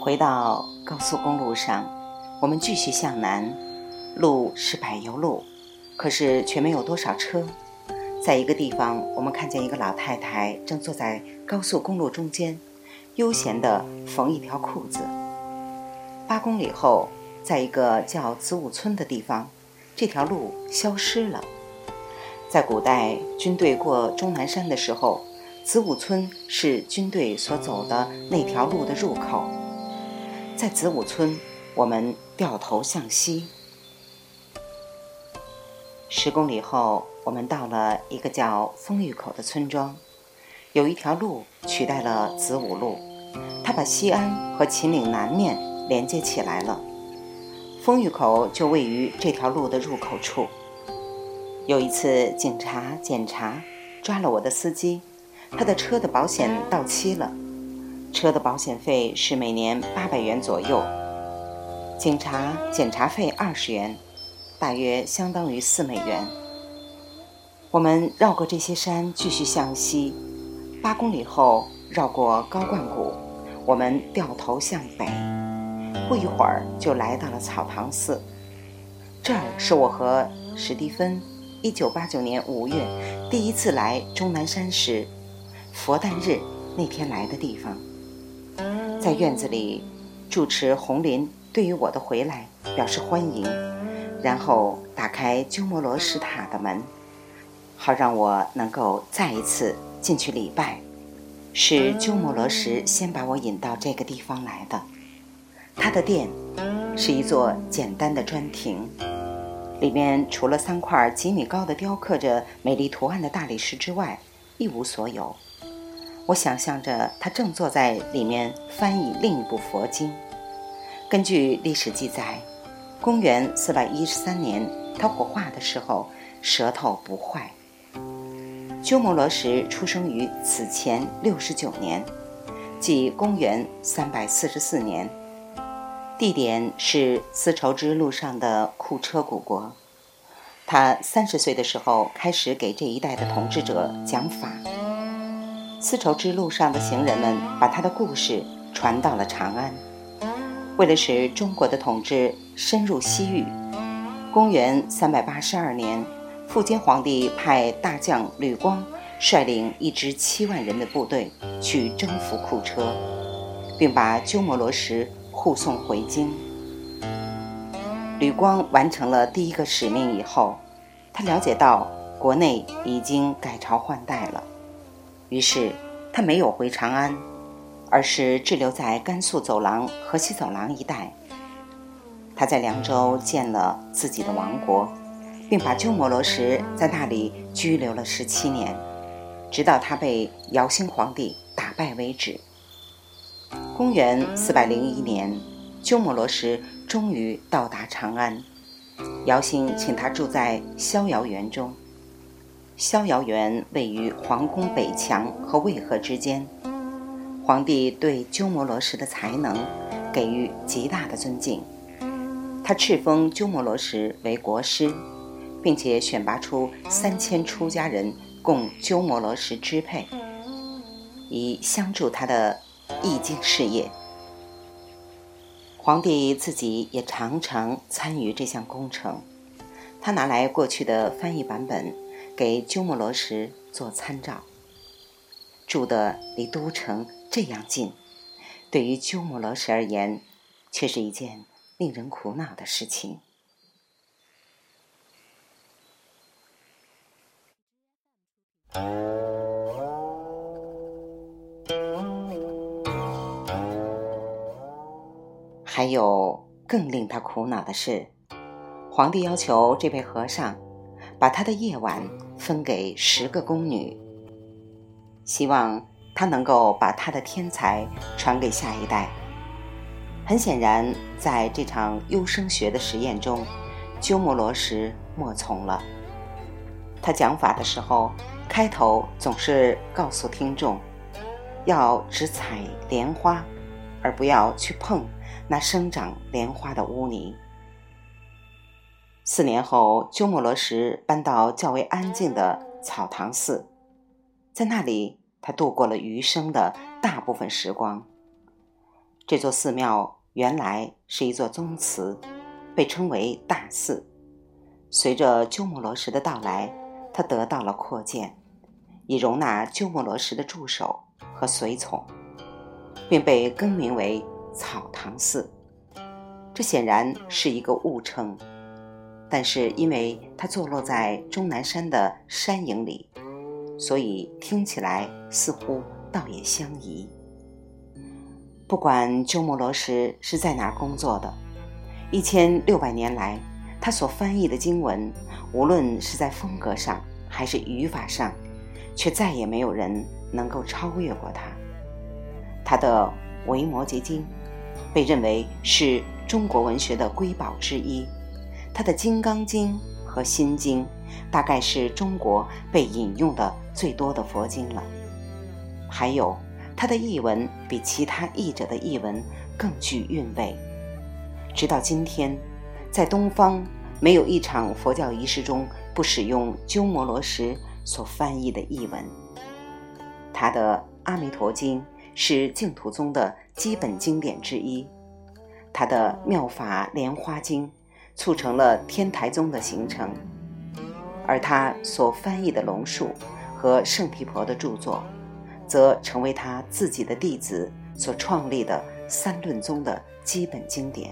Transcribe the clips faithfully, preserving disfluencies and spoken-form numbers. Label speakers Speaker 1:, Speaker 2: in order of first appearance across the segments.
Speaker 1: 回到高速公路上，我们继续向南，路是柏油路，可是却没有多少车。在一个地方，我们看见一个老太太正坐在高速公路中间，悠闲地缝一条裤子。八公里后，在一个叫子午村的地方，这条路消失了。在古代，军队过终南山的时候，子午村是军队所走的那条路的入口。在子午村，我们掉头向西。十公里后，我们到了一个叫丰峪口的村庄，有一条路取代了子午路，它把西安和秦岭南面连接起来了。丰峪口就位于这条路的入口处。有一次警察检查，抓了我的司机，他的车的保险到期了，车的保险费是每年八百元左右，警察检查费二十元，大约相当于四美元。我们绕过这些山继续向西，八公里后绕过高灌谷，我们掉头向北，不一会儿就来到了草堂寺。这儿是我和史蒂芬一九八九年五月第一次来终南山时，佛诞日那天来的地方。在院子里，住持洪林对于我的回来表示欢迎，然后打开鸠摩罗什塔的门，好让我能够再一次进去礼拜。是鸠摩罗什先把我引到这个地方来的。他的殿是一座简单的砖亭，里面除了三块几米高的雕刻着美丽图案的大理石之外，一无所有。我想象着他正坐在里面翻译另一部佛经。根据历史记载，公元四百一十三年他火化的时候舌头不坏。鸠摩罗什出生于此前六十九年，即公元三百四十四年，地点是丝绸之路上的库车古国。他三十岁的时候开始给这一代的统治者讲法。丝绸之路上的行人们把他的故事传到了长安。为了使中国的统治深入西域，公元三百八十二年，苻坚皇帝派大将吕光率领一支七万人的部队去征服库车，并把鸠摩罗什护送回京。吕光完成了第一个使命以后，他了解到国内已经改朝换代了，于是他没有回长安，而是滞留在甘肃走廊河西走廊一带。他在凉州建了自己的王国，并把鸠摩罗什在那里拘留了十七年，直到他被姚兴皇帝打败为止。公元四百零一年，鸠摩罗什终于到达长安。姚兴请他住在逍遥园中。逍遥园位于皇宫北墙和渭河之间。皇帝对鸠摩罗什的才能给予极大的尊敬，他敕封鸠摩罗什为国师，并且选拔出三千出家人供鸠摩罗什支配，以相助他的译经事业。皇帝自己也常常参与这项工程，他拿来过去的翻译版本给鸠摩罗什做参照。住得离都城这样近，对于鸠摩罗什而言，却是一件令人苦恼的事情。还有更令他苦恼的是，皇帝要求这位和尚把他的夜晚分给十个宫女，希望他能够把他的天才传给下一代。很显然，在这场优生学的实验中，鸠摩罗什默从了。他讲法的时候，开头总是告诉听众，要只采莲花，而不要去碰那生长莲花的污泥。四年后，鸠摩罗什搬到较为安静的草堂寺，在那里他度过了余生的大部分时光。 这座寺庙原来是一座宗祠，被称为大寺。随着鸠摩罗什的到来，它得到了扩建，以容纳鸠摩罗什的助手和随从，并被更名为草堂寺。这显然是一个误称，但是因为它坐落在终南山的山影里，所以听起来似乎倒也相宜。不管鸠摩罗什是在哪儿工作的，一千六百年来，他所翻译的经文，无论是在风格上还是语法上，却再也没有人能够超越过他。他的《维摩诘经》被认为是中国文学的瑰宝之一，他的《金刚经》和《心经》大概是中国被引用的最多的佛经了。还有他的译文比其他译者的译文更具韵味。直到今天，在东方没有一场佛教仪式中不使用鸠摩罗什所翻译的译文。他的《阿弥陀经》是净土宗的基本经典之一，他的《妙法莲花经》促成了天台宗的形成，而他所翻译的龙树和圣毗婆的著作，则成为他自己的弟子所创立的三论宗的基本经典。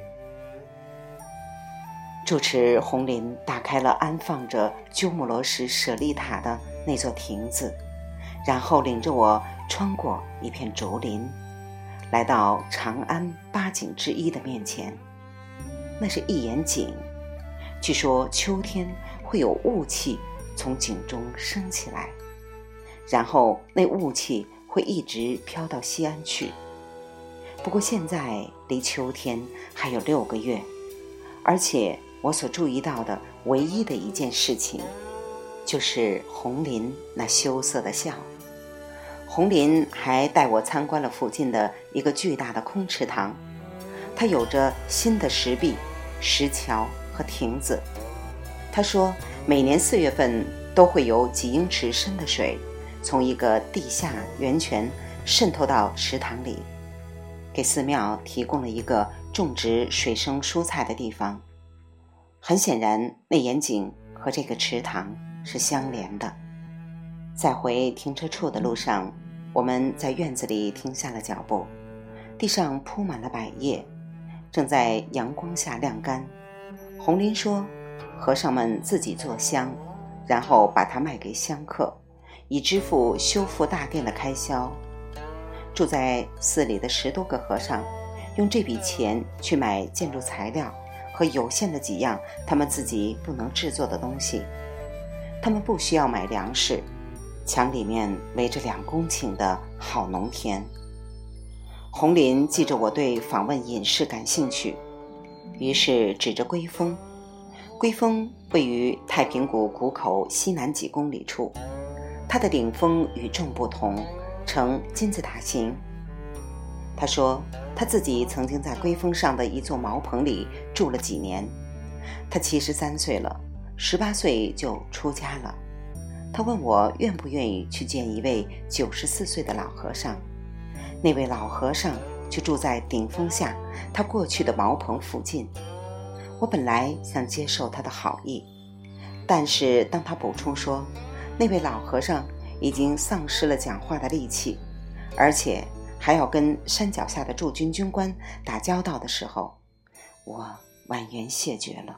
Speaker 1: 住持弘林打开了安放着鸠摩罗什舍利塔的那座亭子，然后领着我穿过一片竹林，来到长安八景之一的面前。那是一眼井，据说秋天会有雾气从井中升起来，然后那雾气会一直飘到西安去。不过现在离秋天还有六个月，而且我所注意到的唯一的一件事情，就是弘林那羞涩的笑。弘林还带我参观了附近的一个巨大的空池塘，它有着新的石壁、石桥和亭子。他说每年四月份都会有几英尺深的水从一个地下源泉渗透到池塘里，给寺庙提供了一个种植水生蔬菜的地方。很显然，那眼井和这个池塘是相连的。在回停车处的路上，我们在院子里停下了脚步，地上铺满了百叶，正在阳光下晾干。弘林说，和尚们自己做香，然后把它卖给香客，以支付修复大殿的开销。住在寺里的十多个和尚，用这笔钱去买建筑材料和有限的几样他们自己不能制作的东西。他们不需要买粮食，墙里面围着两公顷的好农田。弘林记着我对访问隐士感兴趣，于是指着龟峰。龟峰位于太平谷谷口西南几公里处，它的顶峰与众不同，呈金字塔形。他说他自己曾经在龟峰上的一座茅棚里住了几年。他七十三岁了，十八岁就出家了。他问我愿不愿意去见一位九十四岁的老和尚，那位老和尚就住在顶峰下他过去的茅棚附近。我本来想接受他的好意，但是当他补充说那位老和尚已经丧失了讲话的力气，而且还要跟山脚下的驻军军官打交道的时候，我婉言谢绝了。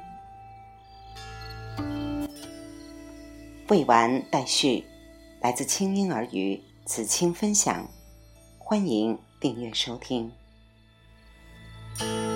Speaker 1: 未完待续，来自清音儿语子清分享，欢迎订阅收听。